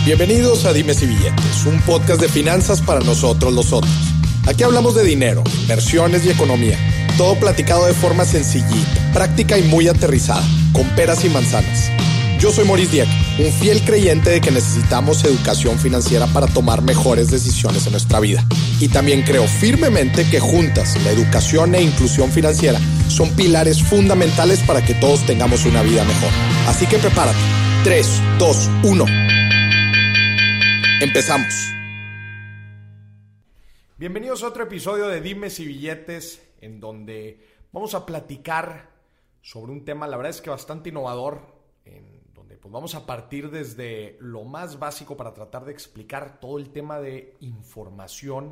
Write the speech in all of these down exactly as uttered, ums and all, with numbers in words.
Bienvenidos a Dimes y Billetes, un podcast de finanzas para nosotros los otros. Aquí hablamos de dinero, inversiones y economía. Todo platicado de forma sencillita, práctica y muy aterrizada, con peras y manzanas. Yo soy Maurice Dieck, un fiel creyente de que necesitamos educación financiera para tomar mejores decisiones en nuestra vida. Y también creo firmemente que juntas, la educación e inclusión financiera son pilares fundamentales para que todos tengamos una vida mejor. Así que prepárate. tres, dos, uno. Empezamos. Bienvenidos a otro episodio de Dimes y Billetes, en donde vamos a platicar sobre un tema, la verdad es que bastante innovador, en donde pues vamos a partir desde lo más básico para tratar de explicar todo el tema de información,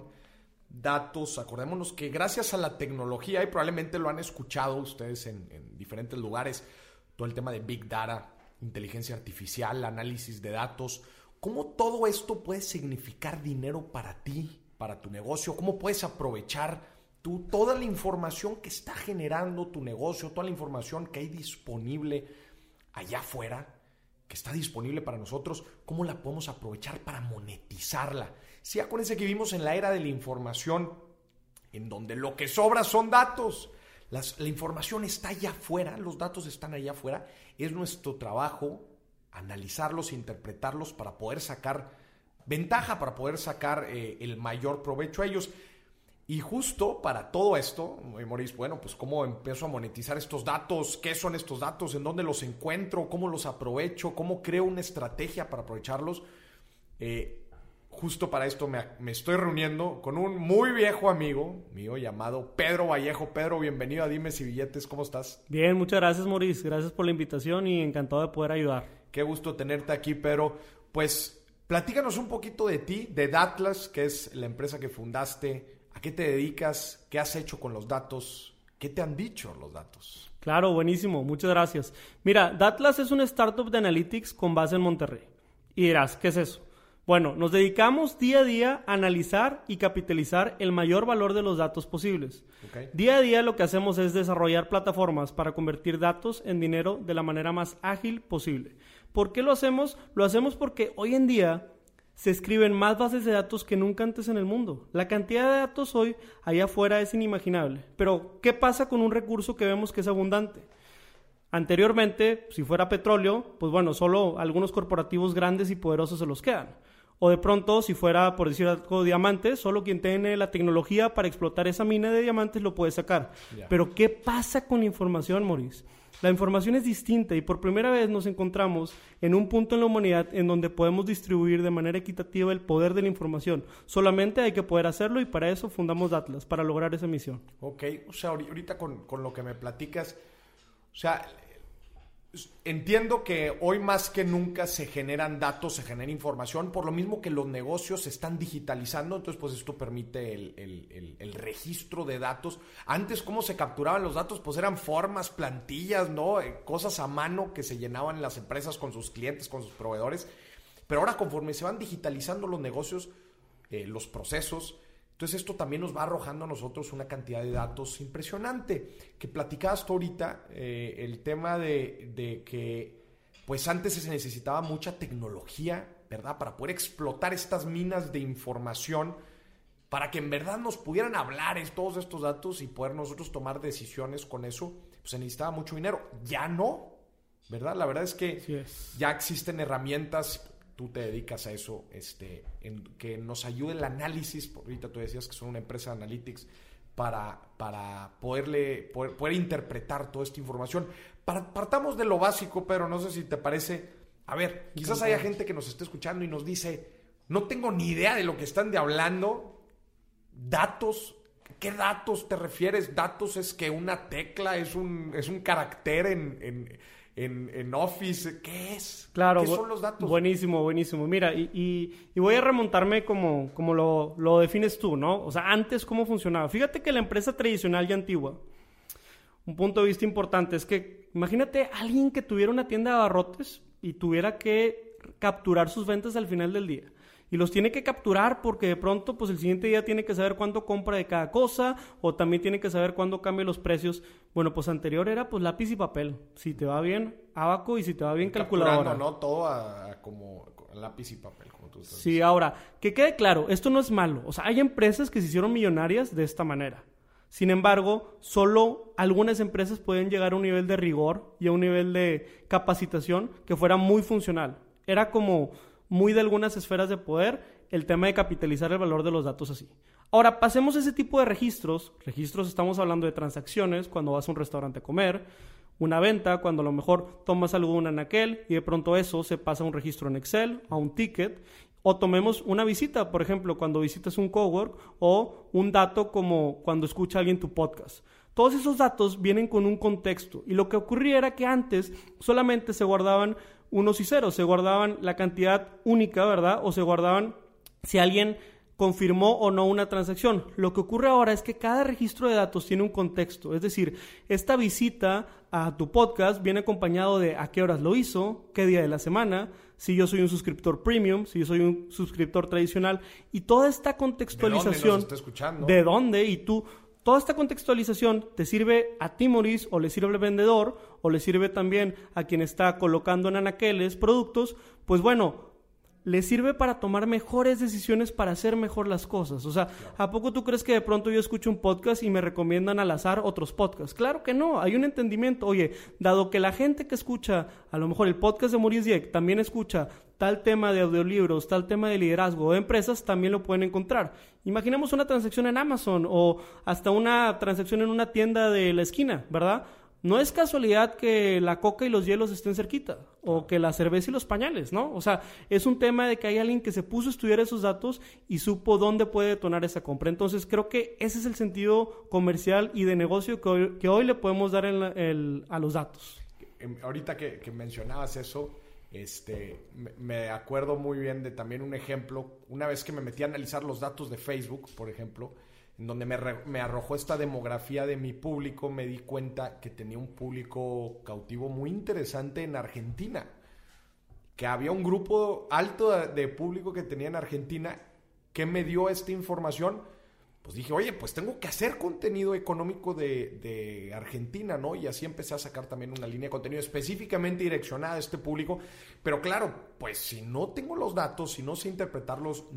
datos. Acordémonos que gracias a la tecnología, y probablemente lo han escuchado ustedes en, en diferentes lugares, todo el tema de Big Data, inteligencia artificial, análisis de datos, cómo todo esto puede significar dinero para ti, para tu negocio, cómo puedes aprovechar tú toda la información que está generando tu negocio, toda la información que hay disponible allá afuera, que está disponible para nosotros, cómo la podemos aprovechar para monetizarla. Sí, acuérdense que vivimos en la era de la información, en donde lo que sobra son datos. Las, la información está allá afuera, los datos están allá afuera. Es nuestro trabajo analizarlos, interpretarlos para poder sacar ventaja, para poder sacar eh, el mayor provecho a ellos. Y justo para todo esto, Maurice, bueno, pues cómo empiezo a monetizar estos datos, qué son estos datos, en dónde los encuentro, cómo los aprovecho, cómo creo una estrategia para aprovecharlos. Eh, justo para esto me, me estoy reuniendo con un muy viejo amigo mío llamado Pedro Vallejo. Pedro, bienvenido a Dimes y Billetes, ¿cómo estás? Bien, muchas gracias, Maurice, gracias por la invitación y encantado de poder ayudar. Qué gusto tenerte aquí, Pedro. Pues platícanos un poquito de ti, de Datlas, que es la empresa que fundaste. ¿A qué te dedicas? ¿Qué has hecho con los datos? ¿Qué te han dicho los datos? Claro, buenísimo. Muchas gracias. Mira, Datlas es una startup de analytics con base en Monterrey. Y dirás, ¿qué es eso? Bueno, nos dedicamos día a día a analizar y capitalizar el mayor valor de los datos posibles. Okay. Día a día lo que hacemos es desarrollar plataformas para convertir datos en dinero de la manera más ágil posible. ¿Por qué lo hacemos? Lo hacemos porque hoy en día se escriben más bases de datos que nunca antes en el mundo. La cantidad de datos hoy allá afuera es inimaginable. Pero, ¿qué pasa con un recurso que vemos que es abundante? Anteriormente, si fuera petróleo, pues bueno, solo algunos corporativos grandes y poderosos se los quedan. O de pronto, si fuera, por decir algo, diamantes, solo quien tiene la tecnología para explotar esa mina de diamantes lo puede sacar. Yeah. Pero, ¿qué pasa con la información, Maurice? La información es distinta y por primera vez nos encontramos en un punto en la humanidad en donde podemos distribuir de manera equitativa el poder de la información. Solamente hay que poder hacerlo y para eso fundamos Datlas, para lograr esa misión. Ok, o sea, ahorita con, con lo que me platicas, o sea, entiendo que hoy más que nunca se generan datos, se genera información, por lo mismo que los negocios se están digitalizando, entonces pues esto permite el, el, el, el registro de datos. Antes, ¿cómo se capturaban los datos? Pues eran formas, plantillas, ¿no? Eh, cosas a mano que se llenaban las empresas con sus clientes, con sus proveedores. Pero ahora, conforme se van digitalizando los negocios, eh, los procesos, entonces esto también nos va arrojando a nosotros una cantidad de datos impresionante. Que platicabas tú ahorita, eh, el tema de, de que pues antes se necesitaba mucha tecnología, ¿verdad? Para poder explotar estas minas de información, para que en verdad nos pudieran hablar es, todos estos datos y poder nosotros tomar decisiones con eso, pues se necesitaba mucho dinero. Ya no, ¿verdad? La verdad es que sí es. Ya existen herramientas. Tú te dedicas a eso, este, en, que nos ayude el análisis. Ahorita tú decías que son una empresa de analytics para, para poderle, poder, poder interpretar toda esta información. Para, partamos de lo básico, pero no sé si te parece. A ver, quizás haya gente que nos esté escuchando y nos dice, no tengo ni idea de lo que están de hablando. Datos, ¿qué datos te refieres? Datos es que una tecla es un, es un carácter en... en En, en Office, ¿qué es? Claro, ¿Qué son los datos? Buenísimo, buenísimo. Mira, y, y, y voy a remontarme como, como lo, lo defines tú, ¿no? O sea, antes, ¿cómo funcionaba? Fíjate que la empresa tradicional y antigua, un punto de vista importante es que, imagínate alguien que tuviera una tienda de abarrotes y tuviera que capturar sus ventas al final del día. y los tiene que capturar porque de pronto pues el siguiente día tiene que saber cuánto compra de cada cosa o también tiene que saber cuándo cambia los precios. Bueno, pues anterior era pues lápiz y papel. Si te va bien, abaco, y si te va bien, calculadora. No, todo a, a como a lápiz y papel, como tú estás Sí, diciendo. ahora, que quede claro, esto no es malo. O sea, hay empresas que se hicieron millonarias de esta manera. Sin embargo, solo algunas empresas pueden llegar a un nivel de rigor y a un nivel de capacitación que fuera muy funcional. Era como muy de algunas esferas de poder el tema de capitalizar el valor de los datos así. Ahora, pasemos a ese tipo de registros. Registros, estamos hablando de transacciones, cuando vas a un restaurante a comer, una venta, cuando a lo mejor tomas algo de un anaquel y de pronto eso se pasa a un registro en Excel, a un ticket. O tomemos una visita, por ejemplo, cuando visitas un cowork, o un dato como cuando escucha alguien tu podcast. Todos esos datos vienen con un contexto, y lo que ocurría era que antes solamente se guardaban unos y ceros, se guardaban la cantidad única, ¿verdad? O se guardaban si alguien confirmó o no una transacción. Lo que ocurre ahora es que cada registro de datos tiene un contexto, es decir, esta visita a tu podcast viene acompañado de a qué horas lo hizo, qué día de la semana, si yo soy un suscriptor premium, si yo soy un suscriptor tradicional, y toda esta contextualización, ¿de dónde nos está escuchando? ¿De dónde? Y tú, toda esta contextualización te sirve a ti, Maurice, o le sirve al vendedor, o le sirve también a quien está colocando en anaqueles productos. Pues bueno, le sirve para tomar mejores decisiones, para hacer mejor las cosas. O sea, ¿a poco tú crees que de pronto yo escucho un podcast y me recomiendan al azar otros podcasts? Claro que no, hay un entendimiento. Oye, dado que la gente que escucha, a lo mejor el podcast de Maurice Dieck, también escucha tal tema de audiolibros, tal tema de liderazgo de empresas, también lo pueden encontrar. Imaginemos una transacción en Amazon o hasta una transacción en una tienda de la esquina, ¿verdad? No es casualidad que la coca y los hielos estén cerquita, o que la cerveza y los pañales, ¿no? O sea, es un tema de que hay alguien que se puso a estudiar esos datos y supo dónde puede detonar esa compra. Entonces, creo que ese es el sentido comercial y de negocio que hoy, que hoy le podemos dar en la, el, a los datos. Ahorita que, que mencionabas eso, este, me, me acuerdo muy bien de también un ejemplo. Una vez que me metí a analizar los datos de Facebook, por ejemplo, en donde me, re, me arrojó esta demografía de mi público, me di cuenta que tenía un público cautivo muy interesante en Argentina, que había un grupo alto de, de público que tenía en Argentina. ¿Qué me dio esta información? Pues dije, oye, pues tengo que hacer contenido económico de, de Argentina, ¿no? Y así empecé a sacar también una línea de contenido específicamente direccionada a este público. Pero claro, pues si no tengo los datos, si no sé interpretarlos,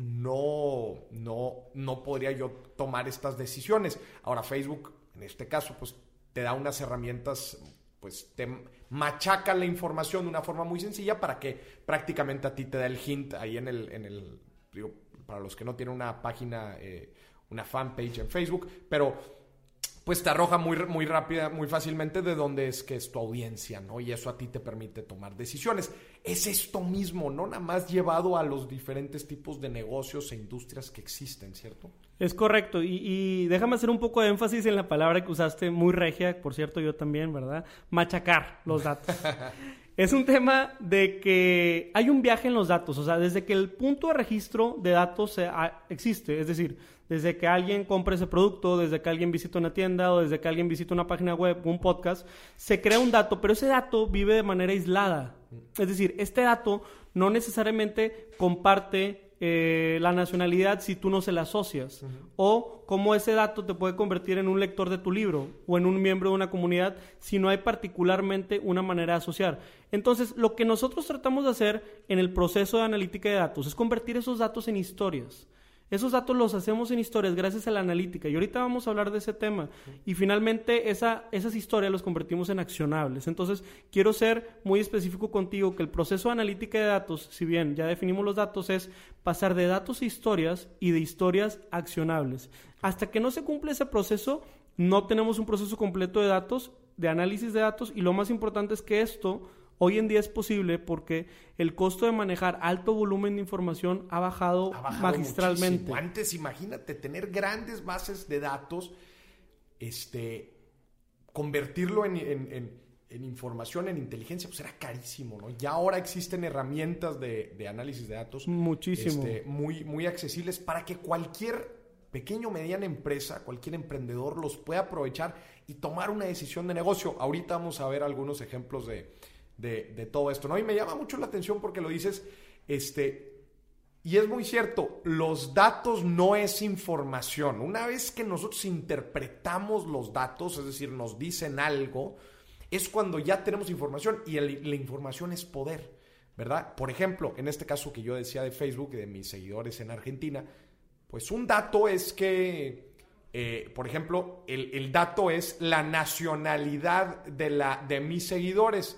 no, no, no podría yo tomar estas decisiones. Ahora, Facebook, en este caso, pues te da unas herramientas, pues te machaca la información de una forma muy sencilla para que prácticamente a ti te da el hint ahí en el, en el digo, para los que no tienen una página, eh, una fanpage en Facebook, pero pues te arroja muy, muy rápida, muy fácilmente de dónde es que es tu audiencia, ¿no? Y eso a ti te permite tomar decisiones. Es esto mismo, ¿no? Nada más llevado a los diferentes tipos de negocios e industrias que existen, ¿cierto? Es correcto, y, y déjame hacer un poco de énfasis en la palabra que usaste, muy regia, por cierto, yo también, ¿verdad? Machacar los datos. Es un tema de que hay un viaje en los datos, o sea, desde que el punto de registro de datos se, a, existe, es decir, desde que alguien compra ese producto, desde que alguien visita una tienda o desde que alguien visita una página web, un podcast, se crea un dato, pero ese dato vive de manera aislada. Es decir, este dato no necesariamente comparte eh, la nacionalidad si tú no se la asocias. Uh-huh. O cómo ese dato te puede convertir en un lector de tu libro o en un miembro de una comunidad si no hay particularmente una manera de asociar. Entonces, lo que nosotros tratamos de hacer en el proceso de analítica de datos es convertir esos datos en historias. Esos datos los hacemos en historias gracias a la analítica y ahorita vamos a hablar de ese tema. Y finalmente esa, esas historias los convertimos en accionables. Entonces quiero ser muy específico contigo que el proceso de analítica de datos, si bien ya definimos los datos, es pasar de datos a historias y de historias a accionables. Hasta que no se cumple ese proceso, no tenemos un proceso completo de datos, de análisis de datos, y lo más importante es que esto hoy en día es posible porque el costo de manejar alto volumen de información ha bajado, ha bajado magistralmente. Muchísimo. Antes, imagínate, tener grandes bases de datos, este, convertirlo en, en, en, en información, en inteligencia, pues era carísimo, ¿no? Ya ahora existen herramientas de, de análisis de datos muchísimo este, muy, muy accesibles para que cualquier pequeño o mediana empresa, cualquier emprendedor los pueda aprovechar y tomar una decisión de negocio. Ahorita vamos a ver algunos ejemplos de De, de todo esto, ¿no? Y me llama mucho la atención porque lo dices, este, Y es muy cierto, los datos no es información. Una vez que nosotros interpretamos los datos, es decir, nos dicen algo, es cuando ya tenemos información y el, la información es poder, ¿verdad? Por ejemplo, en este caso que yo decía de Facebook, de mis seguidores en Argentina, pues un dato es que, eh, por ejemplo, el, el dato es la nacionalidad de, la, de mis seguidores.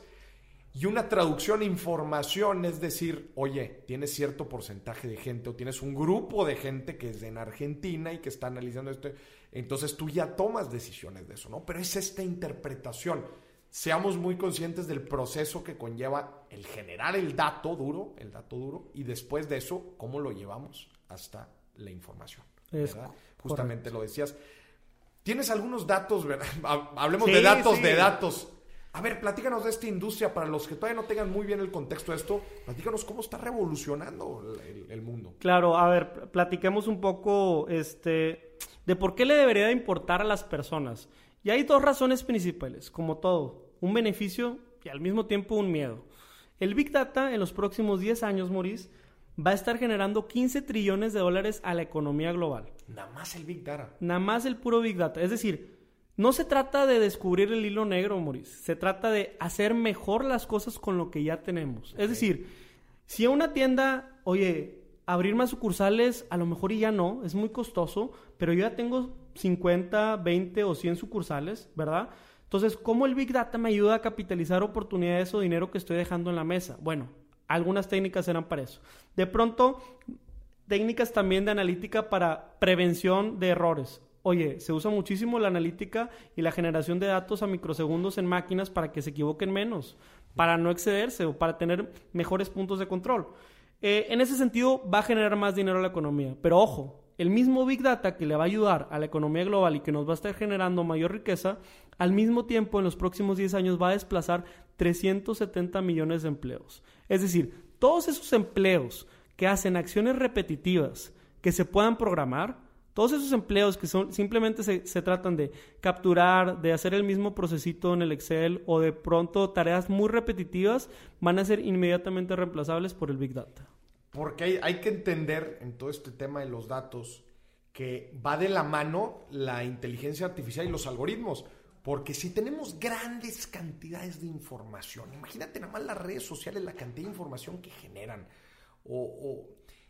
Y una traducción, información, es decir, oye, tienes cierto porcentaje de gente o tienes un grupo de gente que es en Argentina y que está analizando esto. Entonces tú ya tomas decisiones de eso, ¿no? Pero es esta interpretación. Seamos muy conscientes del proceso que conlleva el generar el dato duro, el dato duro, y después de eso, cómo lo llevamos hasta la información, ¿verdad? Es Justamente correcto. Lo decías. Tienes algunos datos, ¿verdad? Hablemos sí, de datos, sí. de datos. A ver, platícanos de esta industria, para los que todavía no tengan muy bien el contexto de esto, platícanos cómo está revolucionando el, el mundo. Claro, a ver, platiquemos un poco este, de por qué le debería de importar a las personas. Y hay dos razones principales, como todo, un beneficio y al mismo tiempo un miedo. El Big Data en los próximos diez años, Maurice, va a estar generando quince trillones de dólares a la economía global. Nada más el Big Data. Nada más el puro Big Data, es decir... No se trata de descubrir el hilo negro, Maurice. Se trata de hacer mejor las cosas con lo que ya tenemos. Okay. Es decir, si a una tienda, oye, abrir más sucursales, a lo mejor y ya no, es muy costoso, pero yo ya tengo cincuenta, veinte o cien sucursales, ¿verdad? Entonces, ¿cómo el Big Data me ayuda a capitalizar oportunidades o dinero que estoy dejando en la mesa? Bueno, algunas técnicas eran para eso. De pronto, técnicas también de analítica para prevención de errores. Oye, se usa muchísimo la analítica y la generación de datos a microsegundos en máquinas para que se equivoquen menos, para no excederse o para tener mejores puntos de control. Eh, en ese sentido, va a generar más dinero a la economía. Pero ojo, el mismo Big Data que le va a ayudar a la economía global y que nos va a estar generando mayor riqueza, al mismo tiempo, en los próximos diez años va a desplazar trescientos setenta millones de empleos. Es decir, todos esos empleos que hacen acciones repetitivas que se puedan programar, todos esos empleos que son simplemente se, se tratan de capturar, de hacer el mismo procesito en el Excel o de pronto tareas muy repetitivas, van a ser inmediatamente reemplazables por el Big Data. Porque hay, hay que entender en todo este tema de los datos que va de la mano la inteligencia artificial y los algoritmos. Porque si tenemos grandes cantidades de información, imagínate nada más las redes sociales, la cantidad de información que generan. O, o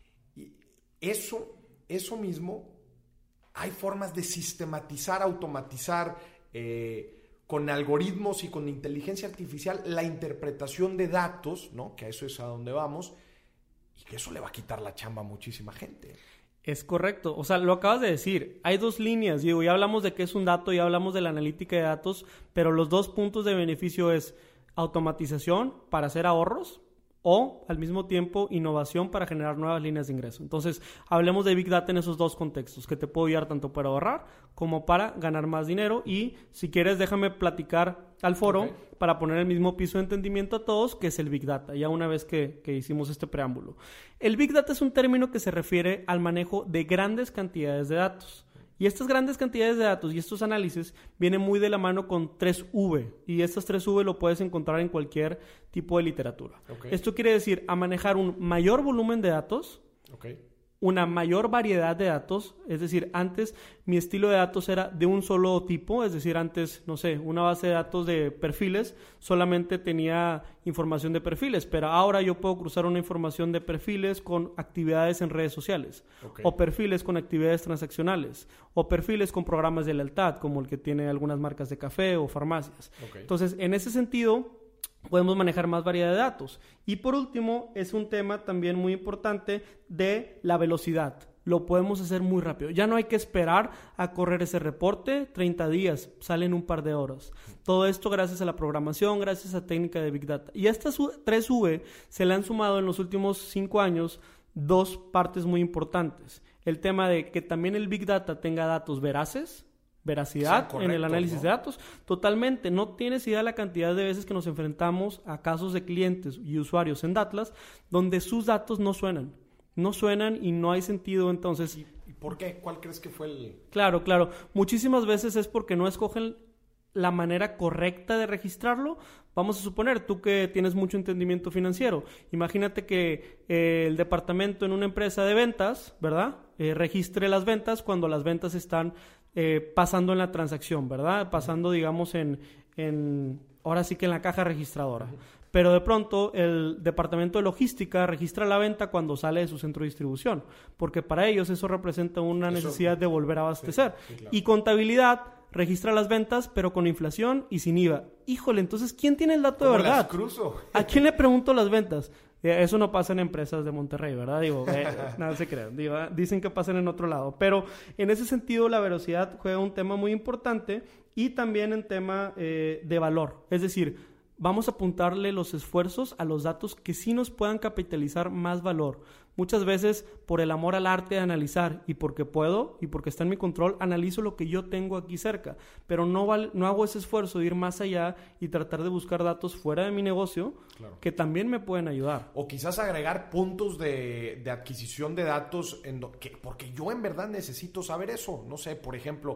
y eso, eso mismo... Hay formas de sistematizar, automatizar eh, con algoritmos y con inteligencia artificial la interpretación de datos, ¿no? Que a eso es a donde vamos, y que eso le va a quitar la chamba a muchísima gente. Es correcto. O sea, lo acabas de decir. Hay dos líneas. Digo, ya hablamos de qué es un dato, ya hablamos de la analítica de datos, pero los dos puntos de beneficio es automatización para hacer ahorros, o al mismo tiempo innovación para generar nuevas líneas de ingreso. Entonces, hablemos de Big Data en esos dos contextos, que te puedo ayudar tanto para ahorrar como para ganar más dinero. Y si quieres, déjame platicar al foro okay. para poner el mismo piso de entendimiento a todos, que es el Big Data, ya una vez que, que hicimos este preámbulo. El Big Data es un término que se refiere al manejo de grandes cantidades de datos. Y estas grandes cantidades de datos y estos análisis vienen muy de la mano con tres V. Y estas tres V lo puedes encontrar en cualquier tipo de literatura. Okay. Esto quiere decir a manejar un mayor volumen de datos, okay. una mayor variedad de datos. Es decir, antes mi estilo de datos era de un solo tipo. Es decir, antes, no sé, una base de datos de perfiles solamente tenía información de perfiles. Pero ahora yo puedo cruzar una información de perfiles con actividades en redes sociales. Okay. O perfiles con actividades transaccionales. O perfiles con programas de lealtad, como el que tiene algunas marcas de café o farmacias. Okay. Entonces, en ese sentido, podemos manejar más variedad de datos. Y por último, es un tema también muy importante de la velocidad. Lo podemos hacer muy rápido. Ya no hay que esperar a correr ese reporte. treinta días, sale en un par de horas. Todo esto gracias a la programación, gracias a técnica de Big Data. Y a estas tres V se le han sumado en los últimos cinco años dos partes muy importantes. El tema de que también el Big Data tenga datos veraces, veracidad sí, correcto, en el análisis ¿no? de datos. Totalmente. No tienes idea de la cantidad de veces que nos enfrentamos a casos de clientes y usuarios en Datlas donde sus datos no suenan. No suenan y no hay sentido, entonces... ¿Y, y por qué? ¿Cuál crees que fue el...? Claro, claro. Muchísimas veces es porque no escogen la manera correcta de registrarlo, Vamos a suponer, tú que tienes mucho entendimiento financiero, imagínate que eh, el departamento en una empresa de ventas, ¿verdad? Eh, registre las ventas cuando las ventas están eh, pasando en la transacción, ¿verdad? Pasando, digamos, en, en, ahora sí que en la caja registradora. Pero de pronto el departamento de logística registra la venta cuando sale de su centro de distribución, porque para ellos eso representa una eso, necesidad de volver a abastecer. Sí, sí, claro. Y contabilidad registra las ventas, pero con inflación y sin I V A. Híjole, entonces, ¿quién tiene el dato de verdad? Las cruzo. ¿A quién le pregunto las ventas? Eh, eso no pasa en empresas de Monterrey, ¿verdad? Digo, eh, nada se crean. Digo, dicen que pasan en otro lado. Pero en ese sentido, la veracidad juega un tema muy importante y también en tema eh, de valor. Es decir, vamos a apuntarle los esfuerzos a los datos que sí nos puedan capitalizar más valor. Muchas veces, por el amor al arte de analizar y porque puedo y porque está en mi control, analizo lo que yo tengo aquí cerca. Pero no, val- no hago ese esfuerzo de ir más allá y tratar de buscar datos fuera de mi negocio, claro, que también me pueden ayudar. O quizás agregar puntos de, de adquisición de datos, en do- que, porque yo en verdad necesito saber eso. No sé, por ejemplo,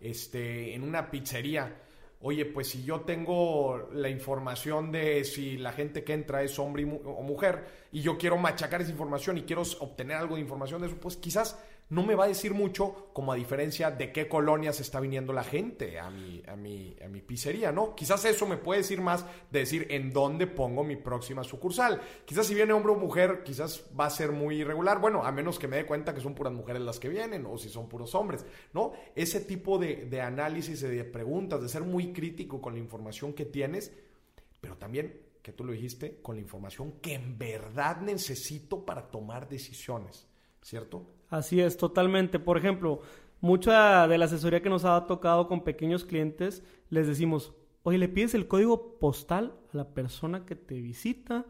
este, en una pizzería... Oye, pues si yo tengo la información de si la gente que entra es hombre y mu- o mujer y yo quiero machacar esa información y quiero obtener algo de información de eso, pues quizás no me va a decir mucho, como a diferencia de qué colonias está viniendo la gente a mi, a mi, a mi pizzería, ¿no? Quizás eso me puede decir más de decir en dónde pongo mi próxima sucursal. Quizás si viene hombre o mujer, quizás va a ser muy irregular, bueno, a menos que me dé cuenta que son puras mujeres las que vienen o si son puros hombres, ¿no? Ese tipo de, de análisis, de preguntas, de ser muy crítico con la información que tienes, pero también, que tú lo dijiste, con la información que en verdad necesito para tomar decisiones, ¿cierto? Así es, totalmente. Por ejemplo, mucha de la asesoría que nos ha tocado con pequeños clientes, les decimos, oye, ¿le pides el código postal a la persona que te visita?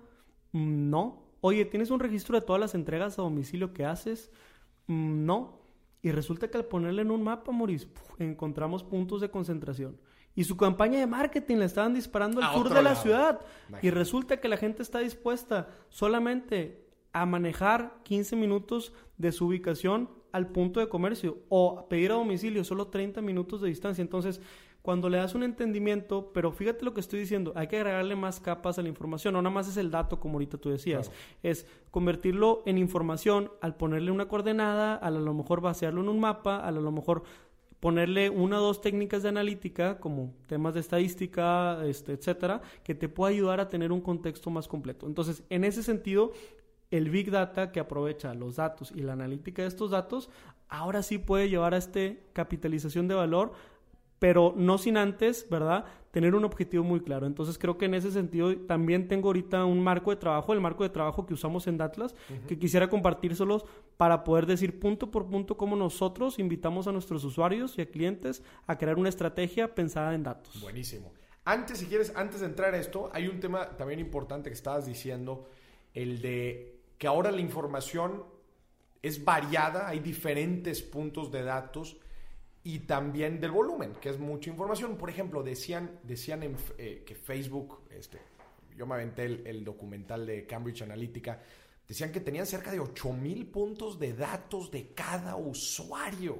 No. Oye, ¿tienes un registro de todas las entregas a domicilio que haces? No. Y resulta que al ponerle en un mapa, Maurice, puf, encontramos puntos de concentración. Y su campaña de marketing la estaban disparando al sur de la ciudad. Imagínate. Y resulta que la gente está dispuesta solamente a manejar quince minutos de su ubicación al punto de comercio o a pedir a domicilio solo treinta minutos de distancia. Entonces, cuando le das un entendimiento, pero fíjate lo que estoy diciendo, hay que agregarle más capas a la información, no nada más es el dato como ahorita tú decías, claro, es convertirlo en información al ponerle una coordenada, al a lo mejor vaciarlo en un mapa, al a lo mejor ponerle una o dos técnicas de analítica, como temas de estadística, este, etcétera, que te pueda ayudar a tener un contexto más completo. Entonces, en ese sentido, el Big Data que aprovecha los datos y la analítica de estos datos, ahora sí puede llevar a este capitalización de valor, pero no sin antes, ¿verdad?, tener un objetivo muy claro. Entonces creo que en ese sentido también tengo ahorita un marco de trabajo, el marco de trabajo que usamos en Datlas, uh-huh, que quisiera compartírselos para poder decir punto por punto cómo nosotros invitamos a nuestros usuarios y a clientes a crear una estrategia pensada en datos. Buenísimo. Antes, si quieres, antes de entrar a esto, hay un tema también importante que estabas diciendo, el de que ahora la información es variada, hay diferentes puntos de datos y también del volumen, que es mucha información. Por ejemplo, decían, decían en, eh, que Facebook, este, yo me aventé el, el documental de Cambridge Analytica, decían que tenían cerca de ocho mil puntos de datos de cada usuario.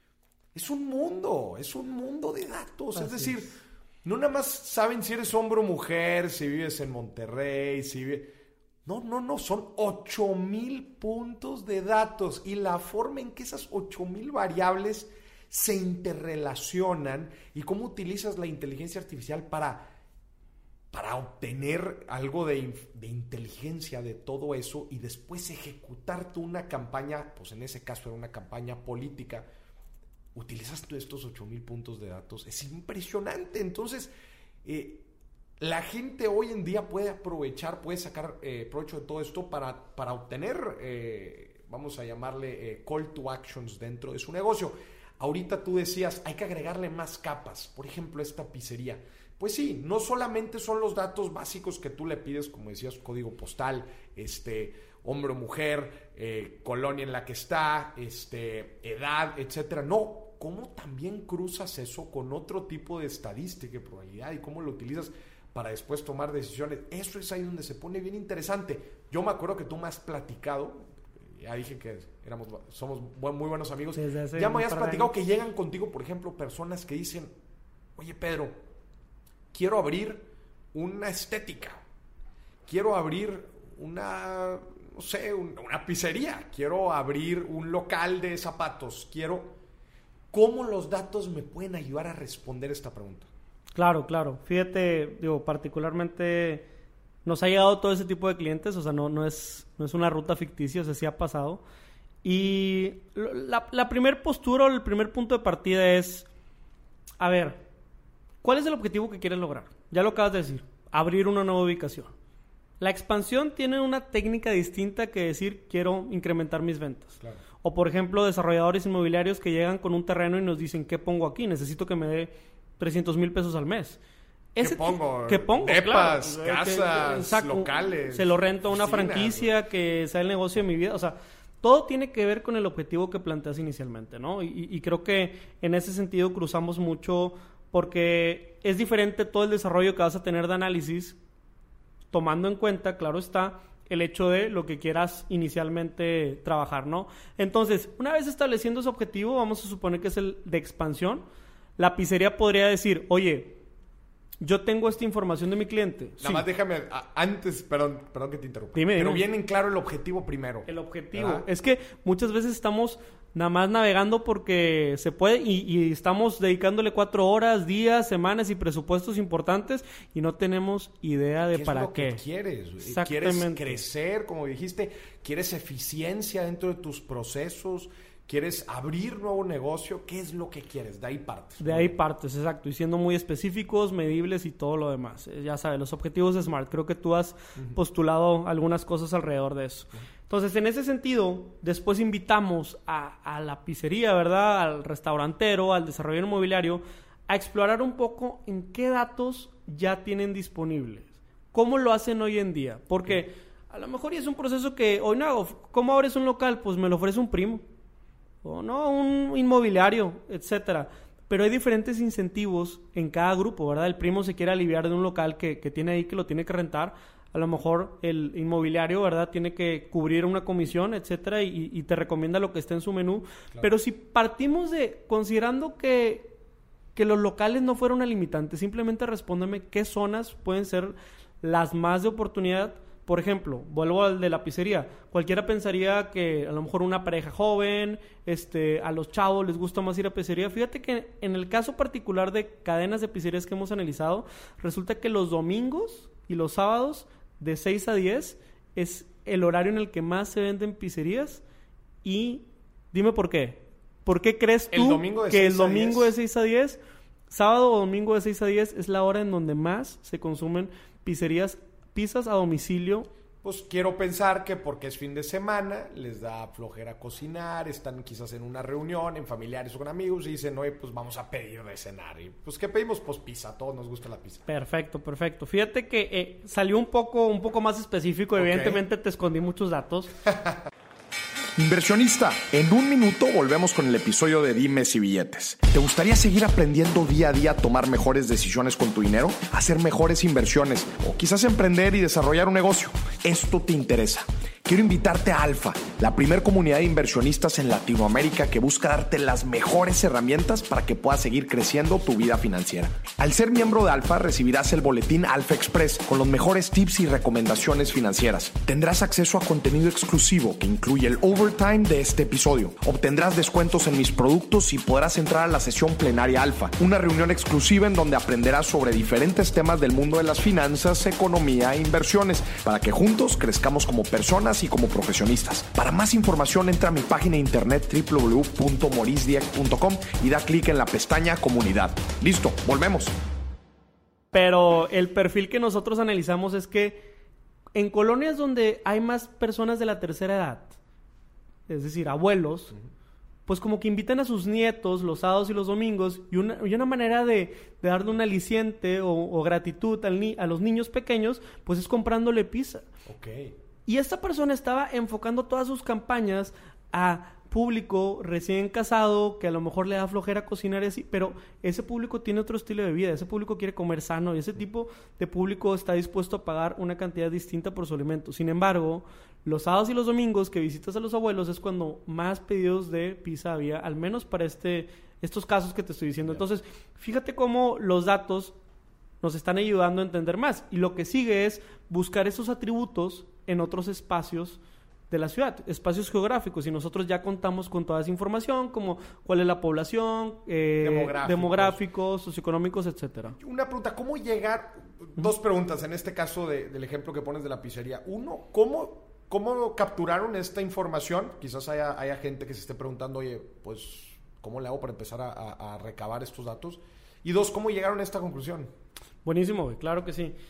Es un mundo, es un mundo de datos. Así es decir, es. no nada más saben si eres hombre o mujer, si vives en Monterrey, si vives... No, no, no, son ocho mil puntos de datos y la forma en que esas ocho mil variables se interrelacionan y cómo utilizas la inteligencia artificial para, para obtener algo de, de inteligencia de todo eso y después ejecutar tú una campaña, pues en ese caso era una campaña política, utilizas tú estos ocho mil puntos de datos, es impresionante. Entonces, eh, la gente hoy en día puede aprovechar, puede sacar eh, provecho de todo esto para, para obtener, eh, vamos a llamarle eh, call to actions dentro de su negocio. Ahorita tú decías, hay que agregarle más capas. Por ejemplo, esta pizzería. Pues sí, no solamente son los datos básicos que tú le pides, como decías, código postal, este, hombre o mujer, eh, colonia en la que está, este, edad, etcétera. No, ¿cómo también cruzas eso con otro tipo de estadística y probabilidad y cómo lo utilizas para después tomar decisiones? Eso es ahí donde se pone bien interesante. Yo me acuerdo que tú me has platicado, ya dije que éramos, somos muy buenos amigos, ya me habías platicado que llegan contigo, por ejemplo, personas que dicen, oye Pedro, quiero abrir una estética. Quiero abrir una, no sé, un, una pizzería. Quiero abrir un local de zapatos. Quiero... ¿Cómo los datos me pueden ayudar a responder esta pregunta? Claro, claro. Fíjate, digo, particularmente nos ha llegado todo ese tipo de clientes, o sea, no, no, es, no es una ruta ficticia, o sea, sí ha pasado. Y la, la primer postura o el primer punto de partida es, a ver, ¿cuál es el objetivo que quieres lograr? Ya lo acabas de decir, abrir una nueva ubicación. La expansión tiene una técnica distinta que decir, quiero incrementar mis ventas. Claro. O, por ejemplo, desarrolladores inmobiliarios que llegan con un terreno y nos dicen, ¿qué pongo aquí? Necesito que me dé trescientos mil pesos al mes. Ese ¿Qué pongo? ¿Qué pongo? Depas, claro. casas, que, que, locales. Se lo rento a una oficinas, franquicia ¿no? que sea el negocio de mi vida. O sea, todo tiene que ver con el objetivo que planteas inicialmente, ¿no? Y, y creo que en ese sentido cruzamos mucho porque es diferente todo el desarrollo que vas a tener de análisis, tomando en cuenta, claro está, el hecho de lo que quieras inicialmente trabajar, ¿no? Entonces, una vez estableciendo ese objetivo, vamos a suponer que es el de expansión, la pizzería podría decir, oye, yo tengo esta información de mi cliente. Nada sí. más déjame, a, antes, perdón, perdón que te interrumpa. Dime, Pero dime. bien en claro el objetivo primero. El objetivo. ¿verdad? Es que muchas veces estamos nada más navegando porque se puede y, y estamos dedicándole cuatro horas, días, semanas y presupuestos importantes y no tenemos idea de ¿Qué para es lo qué. Que quieres? Exactamente. ¿Quieres crecer, como dijiste? ¿Quieres eficiencia dentro de tus procesos? ¿Quieres abrir nuevo negocio? ¿Qué es lo que quieres? De ahí partes. De ahí partes, exacto. Y siendo muy específicos, medibles y todo lo demás. Eh, ya sabes, los objetivos de SMART. Creo que tú has uh-huh. postulado algunas cosas alrededor de eso. Uh-huh. Entonces, en ese sentido, después invitamos a, a la pizzería, ¿verdad? Al restaurantero, al desarrollador inmobiliario, a explorar un poco en qué datos ya tienen disponibles. ¿Cómo lo hacen hoy en día? Porque a lo mejor es un proceso que hoy no hago. ¿Cómo abres un local? Pues me lo ofrece un primo. O no, un inmobiliario, etcétera. Pero hay diferentes incentivos en cada grupo, ¿verdad? El primo se quiere aliviar de un local que, que tiene ahí, que lo tiene que rentar. A lo mejor el inmobiliario, ¿verdad? Tiene que cubrir una comisión, etcétera, y, y te recomienda lo que esté en su menú. Claro. Pero si partimos de, considerando que, que los locales no fueron una limitante, simplemente respóndeme qué zonas pueden ser las más de oportunidad. Por ejemplo, vuelvo al de la pizzería. Cualquiera pensaría que a lo mejor una pareja joven, este, a los chavos les gusta más ir a pizzería. Fíjate que en el caso particular de cadenas de pizzerías que hemos analizado, resulta que los domingos y los sábados de seis a diez es el horario en el que más se venden pizzerías. Y dime por qué. ¿Por qué crees tú el domingo de que el domingo de seis seis a diez, sábado o domingo de seis a diez es la hora en donde más se consumen pizzerías? Pizzas a domicilio. Pues quiero pensar que porque es fin de semana, les da flojera cocinar, están quizás en una reunión, en familiares o con amigos y dicen, oye, pues vamos a pedir de cenar. Y pues, ¿qué pedimos? Pues pizza, a todos nos gusta la pizza. Perfecto, perfecto. Fíjate que eh, salió un poco, un poco más específico, okay. Evidentemente te escondí muchos datos. Inversionista, en un minuto volvemos con el episodio de Dimes y Billetes. ¿Te gustaría seguir aprendiendo día a día a tomar mejores decisiones con tu dinero? Hacer mejores inversiones o quizás emprender y desarrollar un negocio. Esto te interesa. Quiero invitarte a Alfa, la primer comunidad de inversionistas en Latinoamérica que busca darte las mejores herramientas para que puedas seguir creciendo tu vida financiera. Al ser miembro de Alfa, recibirás el boletín Alfa Express con los mejores tips y recomendaciones financieras. Tendrás acceso a contenido exclusivo que incluye el overtime de este episodio. Obtendrás descuentos en mis productos y podrás entrar a la sesión plenaria Alfa, una reunión exclusiva en donde aprenderás sobre diferentes temas del mundo de las finanzas, economía e inversiones, para que juntos crezcamos como personas y como profesionistas. Para más información entra a mi página de internet doble u doble u doble u punto maurice dieck punto com y da clic en la pestaña Comunidad. Listo, volvemos. Pero el perfil que nosotros analizamos es que en colonias donde hay más personas de la tercera edad, es decir, abuelos, uh-huh. pues como que invitan a sus nietos los sábados y los domingos y una, y una manera de, de darle un aliciente o, o gratitud al ni, a los niños pequeños, pues es comprándole pizza. Okay. Y esta persona estaba enfocando todas sus campañas a público recién casado, que a lo mejor le da flojera cocinar y así, pero ese público tiene otro estilo de vida, ese público quiere comer sano y ese tipo de público está dispuesto a pagar una cantidad distinta por su alimento. Sin embargo, los sábados y los domingos que visitas a los abuelos es cuando más pedidos de pizza había, al menos para este, estos casos que te estoy diciendo. Entonces, fíjate cómo los datos nos están ayudando a entender más. Y lo que sigue es buscar esos atributos en otros espacios de la ciudad, espacios geográficos, y nosotros ya contamos con toda esa información, como cuál es la población, eh, demográficos. demográficos, socioeconómicos, etcétera. Una pregunta, ¿cómo llegar? Dos preguntas en este caso de, del ejemplo que pones de la pizzería. Uno, ¿cómo, cómo capturaron esta información? Quizás haya, haya gente que se esté preguntando, oye, pues, ¿cómo le hago para empezar a, a, a recabar estos datos? Y dos, ¿cómo llegaron a esta conclusión? Buenísimo, güey, claro que sí.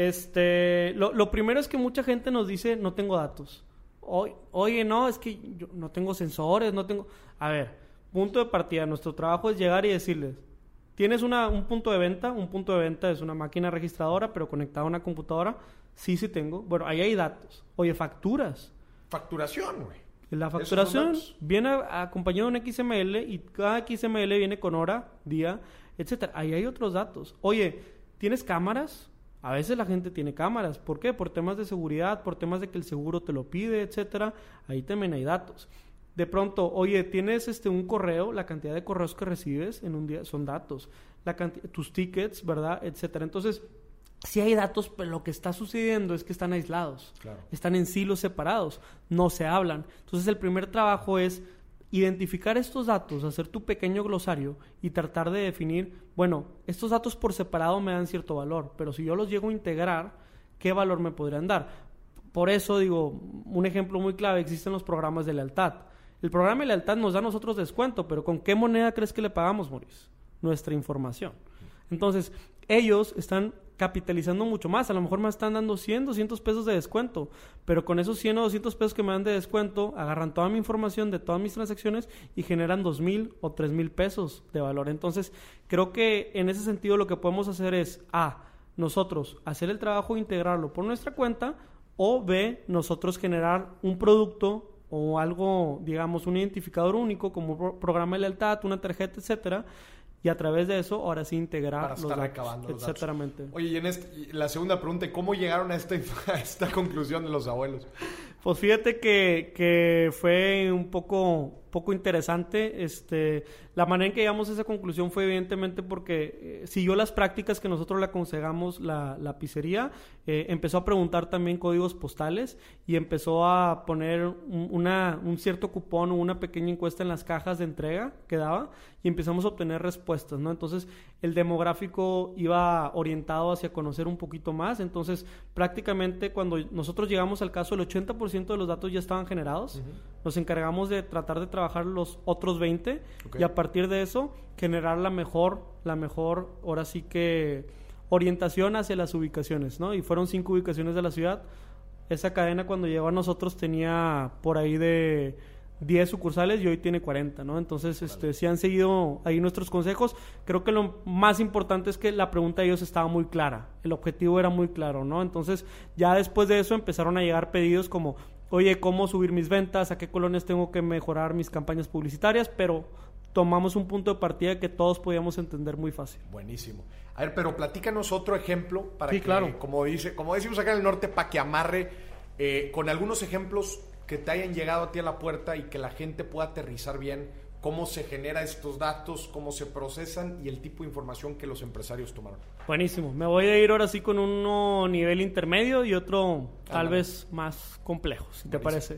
Este, lo, lo primero es que mucha gente nos dice, no tengo datos. Oye, oye, no, es que yo no tengo sensores, no tengo... A ver, punto de partida. Nuestro trabajo es llegar y decirles, ¿tienes una, un punto de venta? Un punto de venta es una máquina registradora, pero conectada a una computadora. Sí, sí tengo. Bueno, ahí hay datos. Oye, facturas. Facturación, güey. La facturación viene acompañado de un X M L y cada X M L viene con hora, día, etcétera. Ahí hay otros datos. Oye, ¿tienes cámaras? A veces la gente tiene cámaras. ¿Por qué? Por temas de seguridad, por temas de que el seguro te lo pide, etcétera. Ahí también hay datos. De pronto, oye, tienes este un correo, la cantidad de correos que recibes en un día son datos. La cantidad, tus tickets, ¿verdad? Etcétera. Entonces, sí hay datos, pero lo que está sucediendo es que están aislados. Claro. Están en silos separados. No se hablan. Entonces, el primer trabajo es identificar estos datos, hacer tu pequeño glosario y tratar de definir, bueno, estos datos por separado me dan cierto valor, pero si yo los llego a integrar, ¿qué valor me podrían dar? Por eso digo, un ejemplo muy clave, existen los programas de lealtad. El programa de lealtad nos da a nosotros descuento, pero ¿con qué moneda crees que le pagamos, Maurice? Nuestra información. Entonces, ellos están capitalizando mucho más. A lo mejor me están dando cien, doscientos pesos de descuento, pero con esos cien o doscientos pesos que me dan de descuento, agarran toda mi información de todas mis transacciones y generan dos mil o tres mil pesos de valor. Entonces, creo que en ese sentido lo que podemos hacer es, A, nosotros hacer el trabajo e integrarlo por nuestra cuenta, o B, nosotros generar un producto o algo, digamos, un identificador único como un programa de lealtad, una tarjeta, etcétera, y a través de eso, ahora sí integrar para los estar datos, recabando los etcéteramente. datos. Oye, y en este, la segunda pregunta, ¿cómo llegaron a esta, a esta conclusión de los abuelos? Pues fíjate que, que fue un poco, poco interesante. Este, la manera en que llegamos a esa conclusión fue evidentemente porque eh, siguió las prácticas que nosotros le aconsejamos la, la pizzería. Eh, empezó a preguntar también códigos postales y empezó a poner un, una, un cierto cupón o una pequeña encuesta en las cajas de entrega que daba y empezamos a obtener respuestas, ¿no? Entonces, el demográfico iba orientado hacia conocer un poquito más. Entonces, prácticamente cuando nosotros llegamos al caso, el ochenta por ciento de los datos ya estaban generados. Uh-huh. Nos encargamos de tratar de trabajar los otros veinte, okay, y a partir de eso generar la mejor, la mejor, ahora sí que orientación hacia las ubicaciones, ¿no? Y fueron cinco ubicaciones de la ciudad. Esa cadena cuando llegó a nosotros tenía por ahí de diez sucursales y hoy tiene cuarenta, ¿no? Entonces, vale, este, si han seguido ahí nuestros consejos, creo que lo más importante es que la pregunta de ellos estaba muy clara, el objetivo era muy claro, ¿no? Entonces, ya después de eso empezaron a llegar pedidos como, oye, ¿cómo subir mis ventas? ¿A qué colonias tengo que mejorar mis campañas publicitarias? Pero tomamos un punto de partida que todos podíamos entender muy fácil. Buenísimo. A ver, pero platícanos otro ejemplo para sí, que, claro, como dice, como decimos acá en el norte, para que amarre eh, con algunos ejemplos que te hayan llegado a ti a la puerta y que la gente pueda aterrizar bien cómo se generan estos datos, cómo se procesan y el tipo de información que los empresarios tomaron. Buenísimo. Me voy a ir ahora sí con uno nivel intermedio y otro tal ah, vez no. más complejo, si te parece.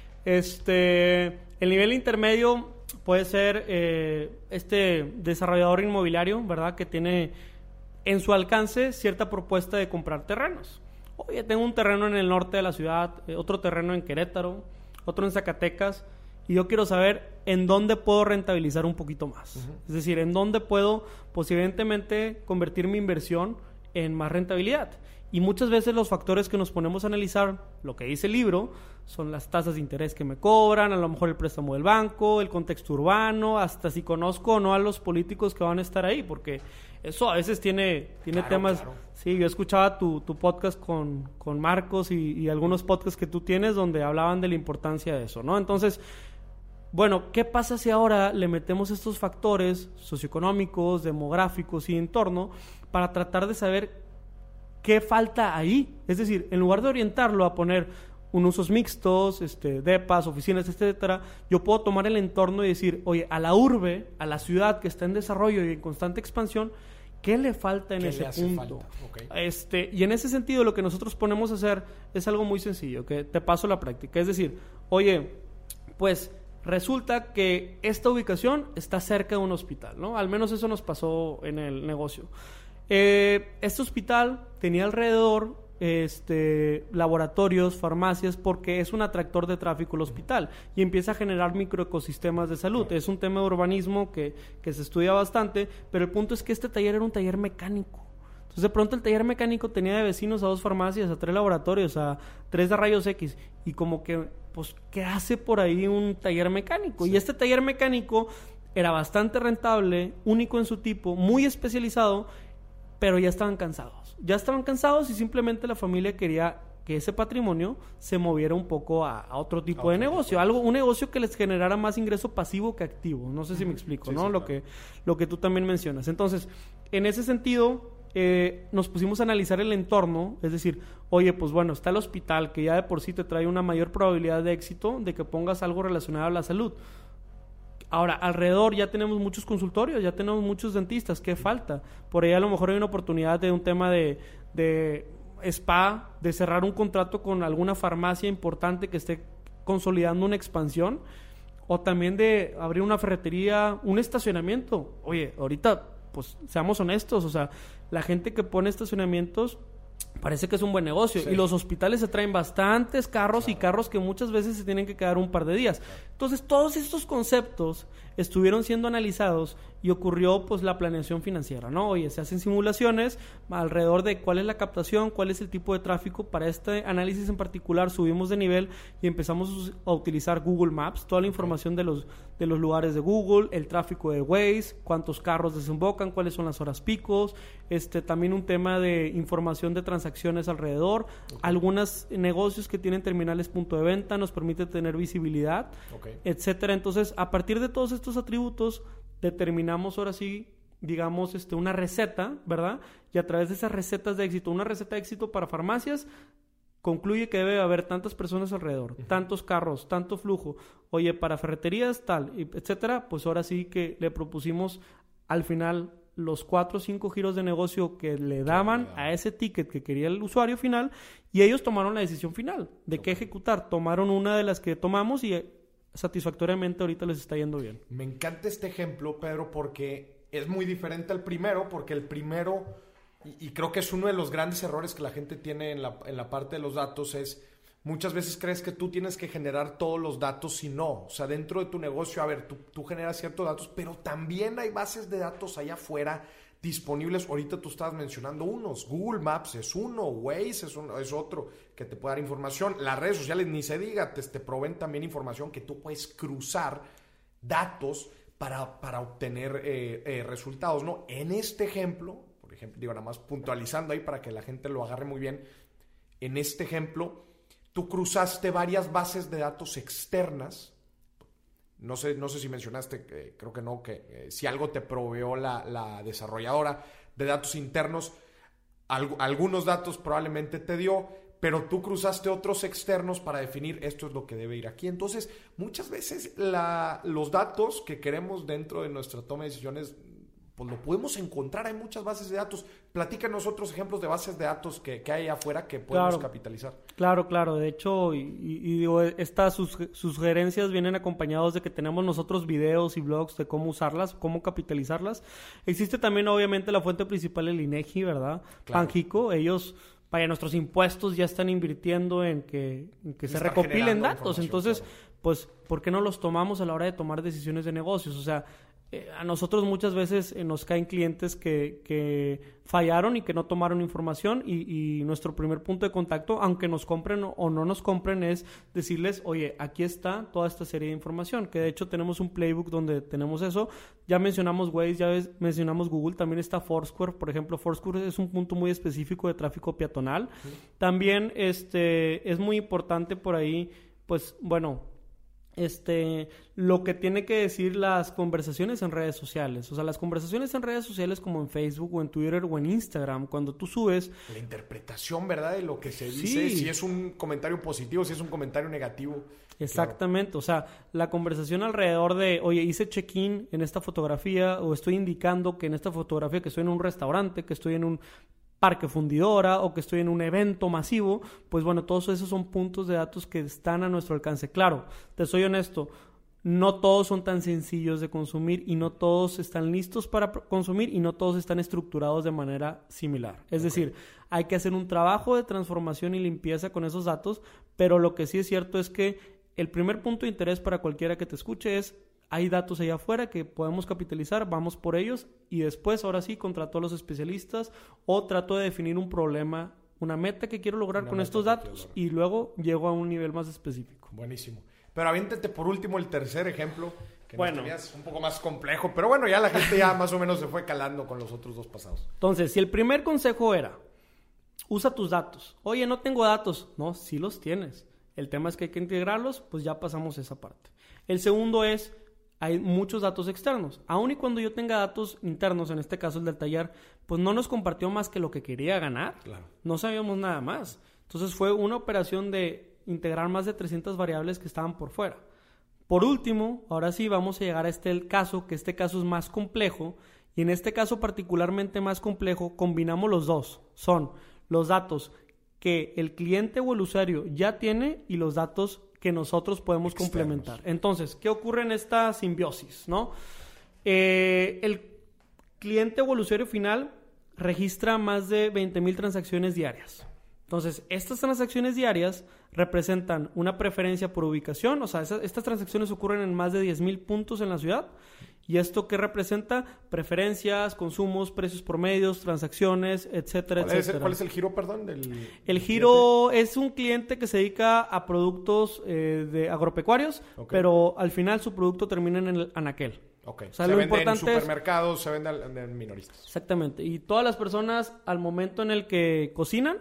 Este, el nivel intermedio puede ser eh, este desarrollador inmobiliario, ¿verdad? Que tiene en su alcance cierta propuesta de comprar terrenos. Oye, tengo un terreno en el norte de la ciudad, eh, otro terreno en Querétaro, otro en Zacatecas, y yo quiero saber en dónde puedo rentabilizar un poquito más. Uh-huh. Es decir, en dónde puedo, pues evidentemente, convertir mi inversión en más rentabilidad. Y muchas veces los factores que nos ponemos a analizar, lo que dice el libro, son las tasas de interés que me cobran, a lo mejor el préstamo del banco, el contexto urbano, hasta si conozco o no a los políticos que van a estar ahí, porque eso a veces tiene, tiene claro, temas... Claro. Sí, yo escuchaba tu, tu podcast con, con Marcos y, y algunos podcasts que tú tienes donde hablaban de la importancia de eso, ¿no? Entonces, bueno, ¿qué pasa si ahora le metemos estos factores socioeconómicos, demográficos y entorno para tratar de saber qué falta ahí? Es decir, en lugar de orientarlo a poner un usos mixtos, este, depas, oficinas, etcétera, yo puedo tomar el entorno y decir, oye, a la urbe, a la ciudad que está en desarrollo y en constante expansión, ¿Qué le falta en ¿Qué ese le hace punto? falta? Okay. Este, y en ese sentido lo que nosotros ponemos a hacer es algo muy sencillo, que te paso la práctica. Es decir, oye, pues resulta que esta ubicación está cerca de un hospital, ¿no? Al menos eso nos pasó en el negocio. Eh, este hospital tenía alrededor este, laboratorios, farmacias, porque es un atractor de tráfico el hospital y empieza a generar microecosistemas de salud. Es un tema de urbanismo que, que se estudia bastante, pero el punto es que este taller era un taller mecánico. Entonces de pronto el taller mecánico tenía de vecinos a dos farmacias, a tres laboratorios, a tres de rayos X, y como que, pues, ¿qué hace por ahí un taller mecánico? Sí. Y este taller mecánico era bastante rentable, único en su tipo, muy especializado, pero ya estaban cansados. Ya estaban cansados y simplemente la familia quería que ese patrimonio se moviera un poco a, a otro tipo a otro de negocio, tipo. Algo, un negocio que les generara más ingreso pasivo que activo. No sé si me explico, sí, ¿no? Sí, lo, claro. que, lo que tú también mencionas. Entonces, en ese sentido, eh, nos pusimos a analizar el entorno, es decir, oye, pues bueno, está el hospital que ya de por sí te trae una mayor probabilidad de éxito de que pongas algo relacionado a la salud. Ahora, alrededor ya tenemos muchos consultorios, ya tenemos muchos dentistas. ¿Qué falta? Por ahí a lo mejor hay una oportunidad de un tema de, de spa, de cerrar un contrato con alguna farmacia importante que esté consolidando una expansión, o también de abrir una ferretería, un estacionamiento. Oye, ahorita, pues, seamos honestos, o sea, la gente que pone estacionamientos parece que es un buen negocio, sí. Y los hospitales se traen bastantes carros, claro. Y carros que muchas veces se tienen que quedar un par de días. Claro. Entonces todos estos conceptos estuvieron siendo analizados y ocurrió pues la planeación financiera, ¿no? Oye, se hacen simulaciones alrededor de cuál es la captación, cuál es el tipo de tráfico. Para este análisis en particular subimos de nivel y empezamos a utilizar Google Maps, toda la información de los, de los lugares de Google, el tráfico de Waze, cuántos carros desembocan, cuáles son las horas picos, este, también un tema de información de transacciones alrededor, okay. Algunos negocios que tienen terminales punto de venta nos permite tener visibilidad, okay. Etcétera. Entonces, a partir de todos estos atributos, determinamos ahora sí, digamos, este, una receta, ¿verdad? Y a través de esas recetas de éxito, una receta de éxito para farmacias, concluye que debe haber tantas personas alrededor, uh-huh. Tantos carros, tanto flujo. Oye, para ferreterías, tal, etcétera, pues ahora sí que le propusimos al final los cuatro o cinco giros de negocio que le daban claro. A ese ticket que quería el usuario final, y ellos tomaron la decisión final de okay. Qué ejecutar. Tomaron una de las que tomamos y satisfactoriamente ahorita les está yendo bien. Me encanta este ejemplo, Pedro, porque es muy diferente al primero, porque el primero, y, y creo que es uno de los grandes errores que la gente tiene en la, en la parte de los datos, es muchas veces crees que tú tienes que generar todos los datos y no. O sea, dentro de tu negocio, a ver, tú, tú generas ciertos datos, pero también hay bases de datos allá afuera disponibles. Ahorita tú estabas mencionando unos. Google Maps es uno, Waze es, uno, es otro que te puede dar información. Las redes sociales, ni se diga, te, te proveen también información que tú puedes cruzar datos para, para obtener eh, eh, resultados, ¿no? En este ejemplo, por ejemplo, digo, nada más puntualizando ahí para que la gente lo agarre muy bien. En este ejemplo, tú cruzaste varias bases de datos externas. No sé, no sé si mencionaste, eh, creo que no, que eh, si algo te proveó la, la desarrolladora de datos internos, al, algunos datos probablemente te dio, pero tú cruzaste otros externos para definir esto es lo que debe ir aquí. Entonces, muchas veces la, los datos que queremos dentro de nuestra toma de decisiones, pues lo podemos encontrar, hay muchas bases de datos. Platícanos otros ejemplos de bases de datos que, que hay afuera que podemos claro, capitalizar. Claro, claro. De hecho, y, y, y digo, estas sus, sugerencias vienen acompañados de que tenemos nosotros videos y blogs de cómo usarlas, cómo capitalizarlas. Existe también, obviamente, la fuente principal, el INEGI, ¿verdad? Claro. Banxico, ellos, vaya, nuestros impuestos ya están invirtiendo en que, en que se recopilen datos. Entonces, claro. Pues, ¿por qué no los tomamos a la hora de tomar decisiones de negocios? O sea, Eh, a nosotros muchas veces eh, nos caen clientes que, que fallaron y que no tomaron información y, y nuestro primer punto de contacto, aunque nos compren o, o no nos compren, es decirles, oye, aquí está toda esta serie de información, que de hecho tenemos un playbook donde tenemos eso. Ya mencionamos Waze, ya ves, mencionamos Google, también está Foursquare, por ejemplo. Foursquare es un punto muy específico de tráfico peatonal. Sí. También este, es muy importante por ahí, pues bueno, este, lo que tiene que decir las conversaciones en redes sociales. O sea, las conversaciones en redes sociales como en Facebook o en Twitter o en Instagram, cuando tú subes... La interpretación, ¿verdad? De lo que se dice, Sí. si es un comentario positivo, si es un comentario negativo. Exactamente, claro. O sea, la conversación alrededor de, oye, hice check-in en esta fotografía o estoy indicando que en esta fotografía que estoy en un restaurante, que estoy en un parque fundidora o que estoy en un evento masivo, pues bueno, todos esos son puntos de datos que están a nuestro alcance. Claro, te soy honesto, no todos son tan sencillos de consumir y no todos están listos para consumir y no todos están estructurados de manera similar. Es okay. decir, hay que hacer un trabajo de transformación y limpieza con esos datos, pero lo que sí es cierto es que el primer punto de interés para cualquiera que te escuche es: hay datos allá afuera que podemos capitalizar, vamos por ellos y después, ahora sí, contrato a los especialistas o trato de definir un problema, una meta que quiero lograr una con estos datos y luego llego a un nivel más específico. Buenísimo. Pero aviéntate por último el tercer ejemplo, que bueno, nos tenías un poco más complejo, pero bueno, ya la gente ya más o menos se fue calando con los otros dos pasados. Entonces, si el primer consejo era, usa tus datos. Oye, no tengo datos. No, sí los tienes. El tema es que hay que integrarlos, pues ya pasamos esa parte. El segundo es, hay muchos datos externos. Aun y cuando yo tenga datos internos, en este caso el del taller, pues no nos compartió más que lo que quería ganar. Claro. No sabíamos nada más. Entonces fue una operación de integrar más de trescientas variables que estaban por fuera. Por último, ahora sí vamos a llegar a este el caso, que este caso es más complejo. Y en este caso particularmente más complejo, combinamos los dos. Son los datos que el cliente o el usuario ya tiene y los datos que nosotros podemos externos. Complementar. Entonces, ¿qué ocurre en esta simbiosis, no? Eh, el cliente o el usuario final registra más de veinte mil transacciones diarias. Entonces, estas transacciones diarias representan una preferencia por ubicación, o sea, esas, estas transacciones ocurren en más de diez mil puntos en la ciudad. ¿Y esto qué representa? Preferencias, consumos, precios promedios, transacciones, etcétera, ¿Cuál etcétera. Es, ¿Cuál es el giro, perdón? Del, el giro cliente? Es un cliente que se dedica a productos eh, de agropecuarios, okay. pero al final su producto termina en el anaquel. Okay. O sea, se lo vende importante en supermercados, es... se vende en minoristas. Exactamente. Y todas las personas, al momento en el que cocinan,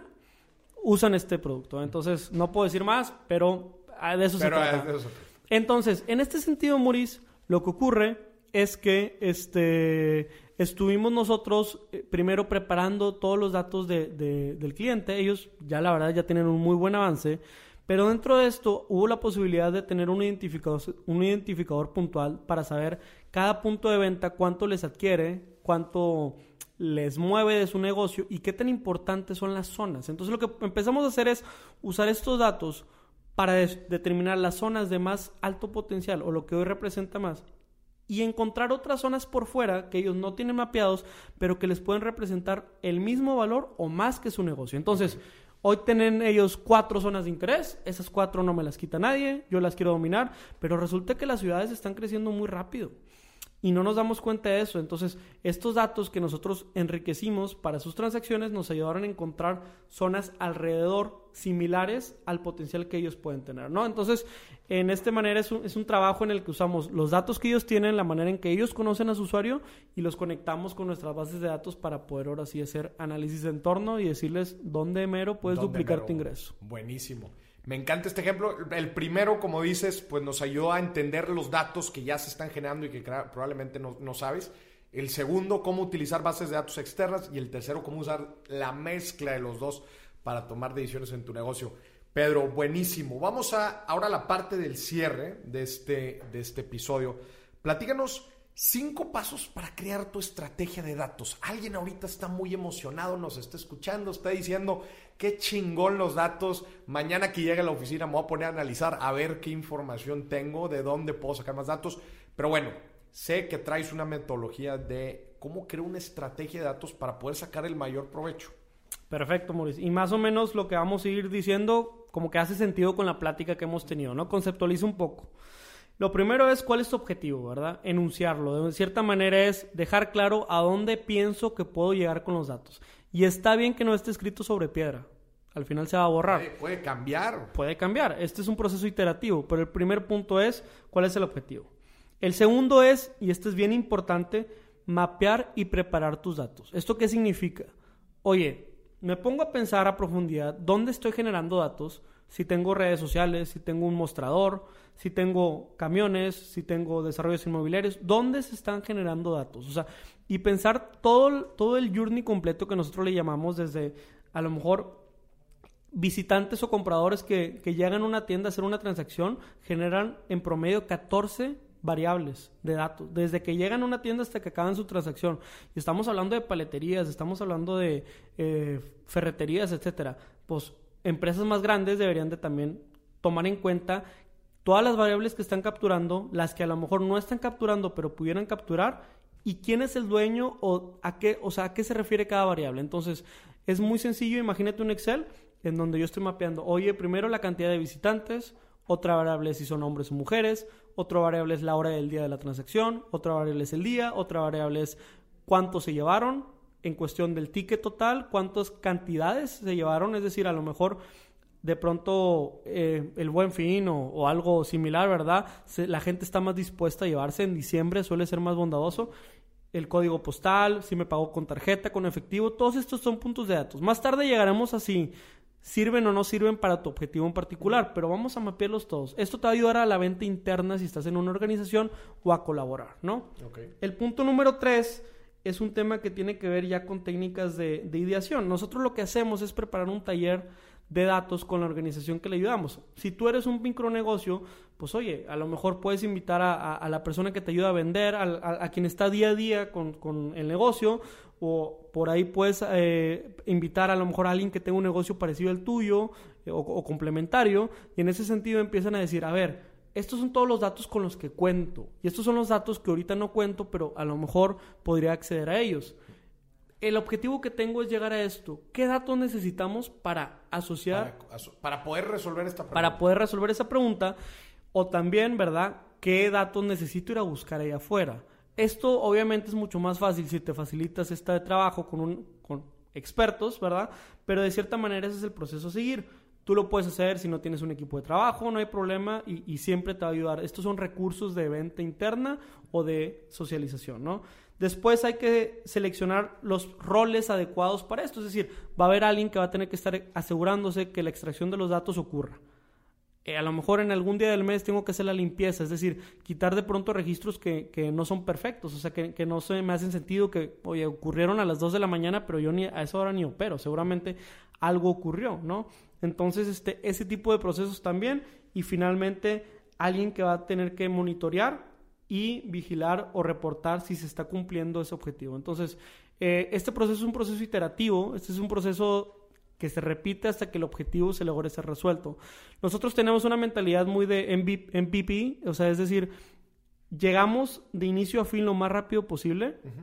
usan este producto. Entonces, no puedo decir más, pero de eso pero se trata. De eso. Entonces, en este sentido, Maurice, lo que ocurre es que este, estuvimos nosotros eh, primero preparando todos los datos de, de, del cliente. Ellos ya la verdad ya tienen un muy buen avance, pero dentro de esto hubo la posibilidad de tener un identificador, un identificador puntual para saber cada punto de venta, cuánto les adquiere, cuánto les mueve de su negocio y qué tan importantes son las zonas. Entonces lo que empezamos a hacer es usar estos datos para des- determinar las zonas de más alto potencial o lo que hoy representa más, y encontrar otras zonas por fuera que ellos no tienen mapeados, pero que les pueden representar el mismo valor o más que su negocio. Entonces, hoy tienen ellos cuatro zonas de interés, esas cuatro no me las quita nadie, yo las quiero dominar, pero resulta que las ciudades están creciendo muy rápido y no nos damos cuenta de eso. Entonces, estos datos que nosotros enriquecimos para sus transacciones nos ayudaron a encontrar zonas alrededor similares al potencial que ellos pueden tener, ¿no? Entonces, en esta manera es un, es un trabajo en el que usamos los datos que ellos tienen, la manera en que ellos conocen a su usuario y los conectamos con nuestras bases de datos para poder ahora sí hacer análisis de entorno y decirles dónde mero puedes duplicar mero? tu ingreso. Buenísimo. Me encanta este ejemplo. El primero, como dices, pues nos ayudó a entender los datos que ya se están generando y que probablemente no, no sabes. El segundo, cómo utilizar bases de datos externas. Y el tercero, cómo usar la mezcla de los dos para tomar decisiones en tu negocio. Pedro, buenísimo. Vamos a ahora a la parte del cierre de este, de este episodio. Platícanos cinco pasos para crear tu estrategia de datos. Alguien ahorita está muy emocionado, nos está escuchando, está diciendo qué chingón los datos. Mañana que llegue a la oficina me voy a poner a analizar a ver qué información tengo, de dónde puedo sacar más datos. Pero bueno, sé que traes una metodología de cómo crear una estrategia de datos para poder sacar el mayor provecho. Perfecto, Maurice. Y más o menos lo que vamos a ir diciendo como que hace sentido con la plática que hemos tenido, ¿no? Conceptualiza un poco. Lo primero es cuál es tu objetivo, ¿verdad? Enunciarlo. De cierta manera es dejar claro a dónde pienso que puedo llegar con los datos. Y está bien que no esté escrito sobre piedra. Al final se va a borrar. Puede, puede cambiar. Puede cambiar. Este es un proceso iterativo. Pero el primer punto es cuál es el objetivo. El segundo es, y este es bien importante, mapear y preparar tus datos. ¿Esto qué significa? Oye, me pongo a pensar a profundidad dónde estoy generando datos, si tengo redes sociales, si tengo un mostrador, si tengo camiones, si tengo desarrollos inmobiliarios, ¿dónde se están generando datos? O sea, y pensar todo, todo el journey completo que nosotros le llamamos desde, a lo mejor, visitantes o compradores que, que llegan a una tienda a hacer una transacción, generan en promedio catorce variables de datos, desde que llegan a una tienda hasta que acaban su transacción. Y estamos hablando de paleterías, estamos hablando de eh, ferreterías, etcétera. Pues empresas más grandes deberían de también tomar en cuenta todas las variables que están capturando, las que a lo mejor no están capturando, pero pudieran capturar, y quién es el dueño o a qué, o sea, a qué se refiere cada variable. Entonces, es muy sencillo. Imagínate un Excel en donde yo estoy mapeando, oye, primero la cantidad de visitantes, otra variable es si son hombres o mujeres, otra variable es la hora del día de la transacción, otra variable es el día, otra variable es cuánto se llevaron en cuestión del ticket total, cuántas cantidades se llevaron, es decir, a lo mejor de pronto eh, el Buen Fin o, o algo similar, ¿verdad? Se, la gente está más dispuesta a llevarse en diciembre, suele ser más bondadoso. El código postal, si me pagó con tarjeta, con efectivo, todos estos son puntos de datos. Más tarde llegaremos a si sirven o no sirven para tu objetivo en particular, pero vamos a mapearlos todos. Esto te va a ayudar a la venta interna si estás en una organización o a colaborar, ¿no? Okay. El punto número tres es un tema que tiene que ver ya con técnicas de, de ideación. Nosotros lo que hacemos es preparar un taller de datos con la organización que le ayudamos. Si tú eres un micronegocio, pues oye, a lo mejor puedes invitar a, a, a la persona que te ayuda a vender, a, a, a quien está día a día con, con el negocio, o por ahí puedes eh, invitar a lo mejor a alguien que tenga un negocio parecido al tuyo eh, o, o complementario, y en ese sentido empiezan a decir, a ver, estos son todos los datos con los que cuento, y estos son los datos que ahorita no cuento, pero a lo mejor podría acceder a ellos. El objetivo que tengo es llegar a esto. ¿Qué datos necesitamos para asociar? Para, para poder resolver esta pregunta. Para poder resolver esa pregunta. O también, ¿verdad? ¿Qué datos necesito ir a buscar allá afuera? Esto obviamente es mucho más fácil si te facilitas esta de trabajo con, un, con expertos, ¿verdad? Pero de cierta manera ese es el proceso a seguir. Tú lo puedes hacer si no tienes un equipo de trabajo, no hay problema, y, y siempre te va a ayudar. Estos son recursos de venta interna o de socialización, ¿no? Después hay que seleccionar los roles adecuados para esto. Es decir, va a haber alguien que va a tener que estar asegurándose que la extracción de los datos ocurra. Eh, a lo mejor en algún día del mes tengo que hacer la limpieza, es decir, quitar de pronto registros que, que no son perfectos, o sea, que, que no se me hacen sentido, que, oye, ocurrieron a las dos de la mañana, pero yo ni a esa hora ni opero. Seguramente algo ocurrió, ¿no? Entonces, este, ese tipo de procesos también. Y finalmente, alguien que va a tener que monitorear y vigilar o reportar si se está cumpliendo ese objetivo. Entonces, eh, este proceso es un proceso iterativo, este es un proceso que se repite hasta que el objetivo se logre ser resuelto. Nosotros tenemos una mentalidad muy de M V P, o sea, es decir, llegamos de inicio a fin lo más rápido posible, uh-huh,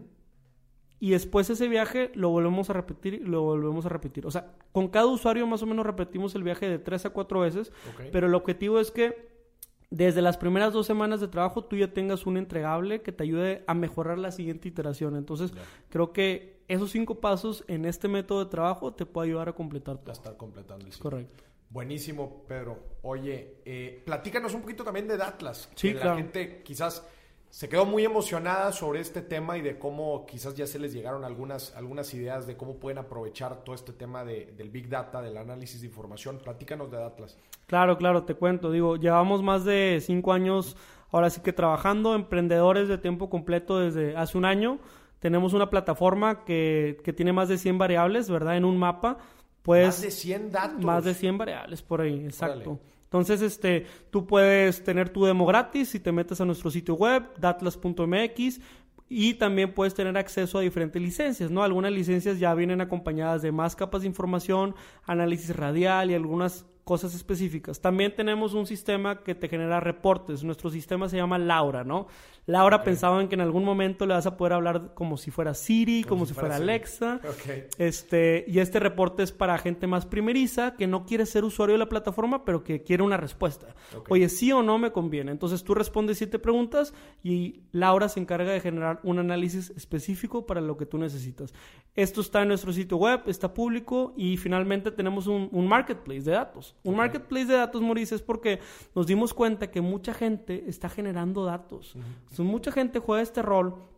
y después ese viaje lo volvemos a repetir y lo volvemos a repetir. O sea, con cada usuario más o menos repetimos el viaje de tres a cuatro veces, okay, pero el objetivo es que desde las primeras dos semanas de trabajo tú ya tengas un entregable que te ayude a mejorar la siguiente iteración. Entonces, yeah, creo que esos cinco pasos en este método de trabajo te puede ayudar a completar todo. A estar completando el ciclo. Correcto. Buenísimo, Pedro. Oye, eh, platícanos un poquito también de Datlas. Sí, que claro. La gente quizás se quedó muy emocionada sobre este tema y de cómo quizás ya se les llegaron algunas, algunas ideas de cómo pueden aprovechar todo este tema de, del Big Data, del análisis de información. Platícanos de Datlas. Claro, claro, te cuento. Digo, llevamos más de cinco años ahora sí que trabajando, emprendedores de tiempo completo desde hace un año. Tenemos una plataforma que, que tiene más de cien variables, ¿verdad? En un mapa. Pues, más de cien datos. Más de cien variables por ahí, exacto. Órale. Entonces, este, tú puedes tener tu demo gratis si te metes a nuestro sitio web, datlas punto m x, y también puedes tener acceso a diferentes licencias, ¿no? Algunas licencias ya vienen acompañadas de más capas de información, análisis radial y algunas cosas específicas. También tenemos un sistema que te genera reportes. Nuestro sistema se llama Laura, ¿no? Laura, okay, pensaba en que en algún momento le vas a poder hablar como si fuera Siri, como, como si, si fuera, fuera Alexa. Okay. Este, y este reporte es para gente más primeriza que no quiere ser usuario de la plataforma, pero que quiere una respuesta. Okay. Oye, ¿sí o no me conviene? Entonces tú respondes siete preguntas y Laura se encarga de generar un análisis específico para lo que tú necesitas. Esto está en nuestro sitio web, está público, y finalmente tenemos un, un marketplace de datos. Un okay. marketplace de datos, Maurice, es porque nos dimos cuenta que mucha gente está generando datos. Uh-huh. Entonces, mucha gente juega este rol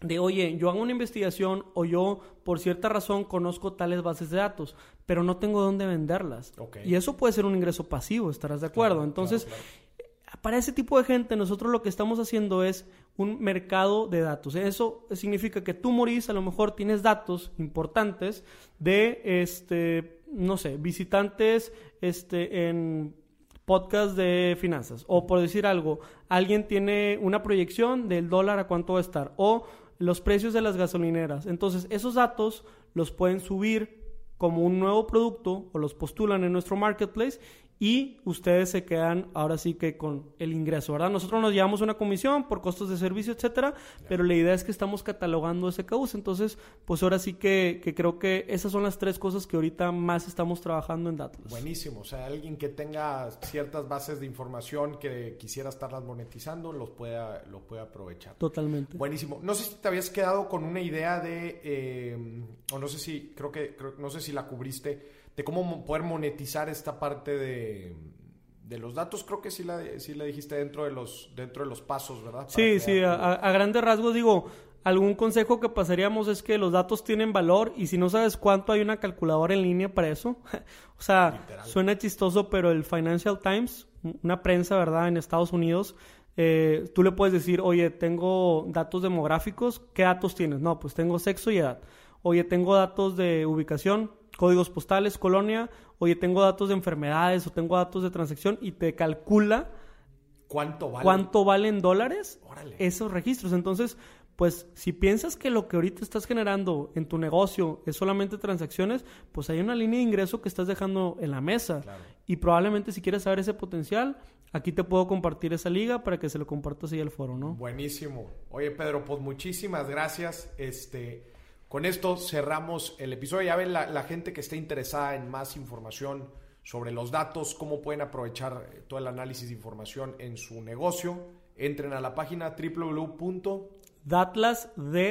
de, oye, yo hago una investigación o yo por cierta razón conozco tales bases de datos, pero no tengo dónde venderlas. Okay. Y eso puede ser un ingreso pasivo, ¿estarás de acuerdo? Claro, Entonces, claro, claro. para ese tipo de gente, nosotros lo que estamos haciendo es un mercado de datos. Eso significa que tú, Maurice, a lo mejor tienes datos importantes de, este, no sé, visitantes este, en podcast de finanzas. O por decir algo, alguien tiene una proyección del dólar a cuánto va a estar. O los precios de las gasolineras. Entonces, esos datos los pueden subir como un nuevo producto o los postulan en nuestro marketplace y ustedes se quedan ahora sí que con el ingreso, ¿verdad? Nosotros nos llevamos una comisión por costos de servicio, etcétera, yeah. pero la idea es que estamos catalogando ese C A U S. Entonces, pues ahora sí que, que creo que esas son las tres cosas que ahorita más estamos trabajando en Datlas. Buenísimo. O sea, alguien que tenga ciertas bases de información que quisiera estarlas monetizando, los pueda, lo puede aprovechar. Totalmente. Buenísimo. No sé si te habías quedado con una idea de, eh, o no sé si, creo que, creo, no sé si la cubriste, de cómo poder monetizar esta parte de, de los datos. Creo que sí la, sí la dijiste dentro de los, dentro de los pasos, ¿verdad? Para sí, sí, a, a grandes rasgos digo, algún consejo que pasaríamos es que los datos tienen valor y si no sabes cuánto, hay una calculadora en línea para eso. O sea, literal. Suena chistoso, pero el Financial Times, una prensa, ¿verdad?, en Estados Unidos, eh, tú le puedes decir, oye, tengo datos demográficos, ¿qué datos tienes? No, pues tengo sexo y edad. Oye, tengo datos de ubicación, códigos postales, colonia. Oye, tengo datos de enfermedades o tengo datos de transacción y te calcula cuánto vale, cuánto valen dólares Órale. Esos registros. Entonces, pues si piensas que lo que ahorita estás generando en tu negocio es solamente transacciones, pues hay una línea de ingreso que estás dejando en la mesa. Claro. Y probablemente si quieres saber ese potencial, aquí te puedo compartir esa liga para que se lo compartas ahí al foro, ¿no? Buenísimo. Oye, Pedro, pues muchísimas gracias. Este... Con esto cerramos el episodio. Ya ven la, la gente que esté interesada en más información sobre los datos, cómo pueden aprovechar todo el análisis de información en su negocio. Entren a la página doble u doble u doble u punto datlas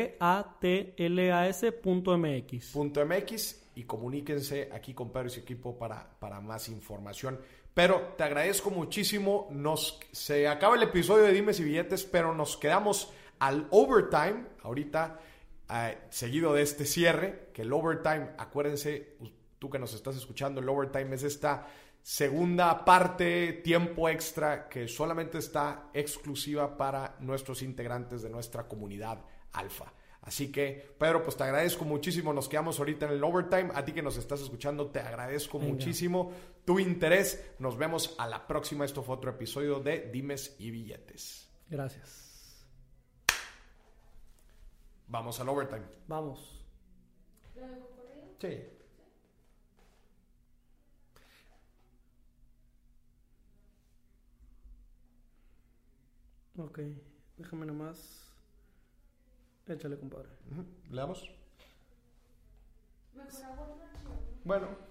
punto m x punto m x y comuníquense aquí con Pedro y su equipo para, para más información. Pero te agradezco muchísimo. Nos, se acaba el episodio de Dimes y Billetes, pero nos quedamos al overtime ahorita. Uh, seguido de este cierre, que el overtime, acuérdense, tú que nos estás escuchando, el overtime es esta segunda parte, tiempo extra, que solamente está exclusiva para nuestros integrantes de nuestra comunidad alfa. Así que, Pedro, pues te agradezco muchísimo, nos quedamos ahorita en el overtime. A ti que nos estás escuchando, te agradezco Venga. muchísimo tu interés. Nos vemos a la próxima. Esto fue otro episodio de Dimes y Billetes. Gracias. Vamos al overtime. Vamos. ¿Lo dejo corrido? Sí. Ok, déjame nomás. Échale, compadre. Uh-huh. ¿Le damos? Mejor hago un archivo. Bueno.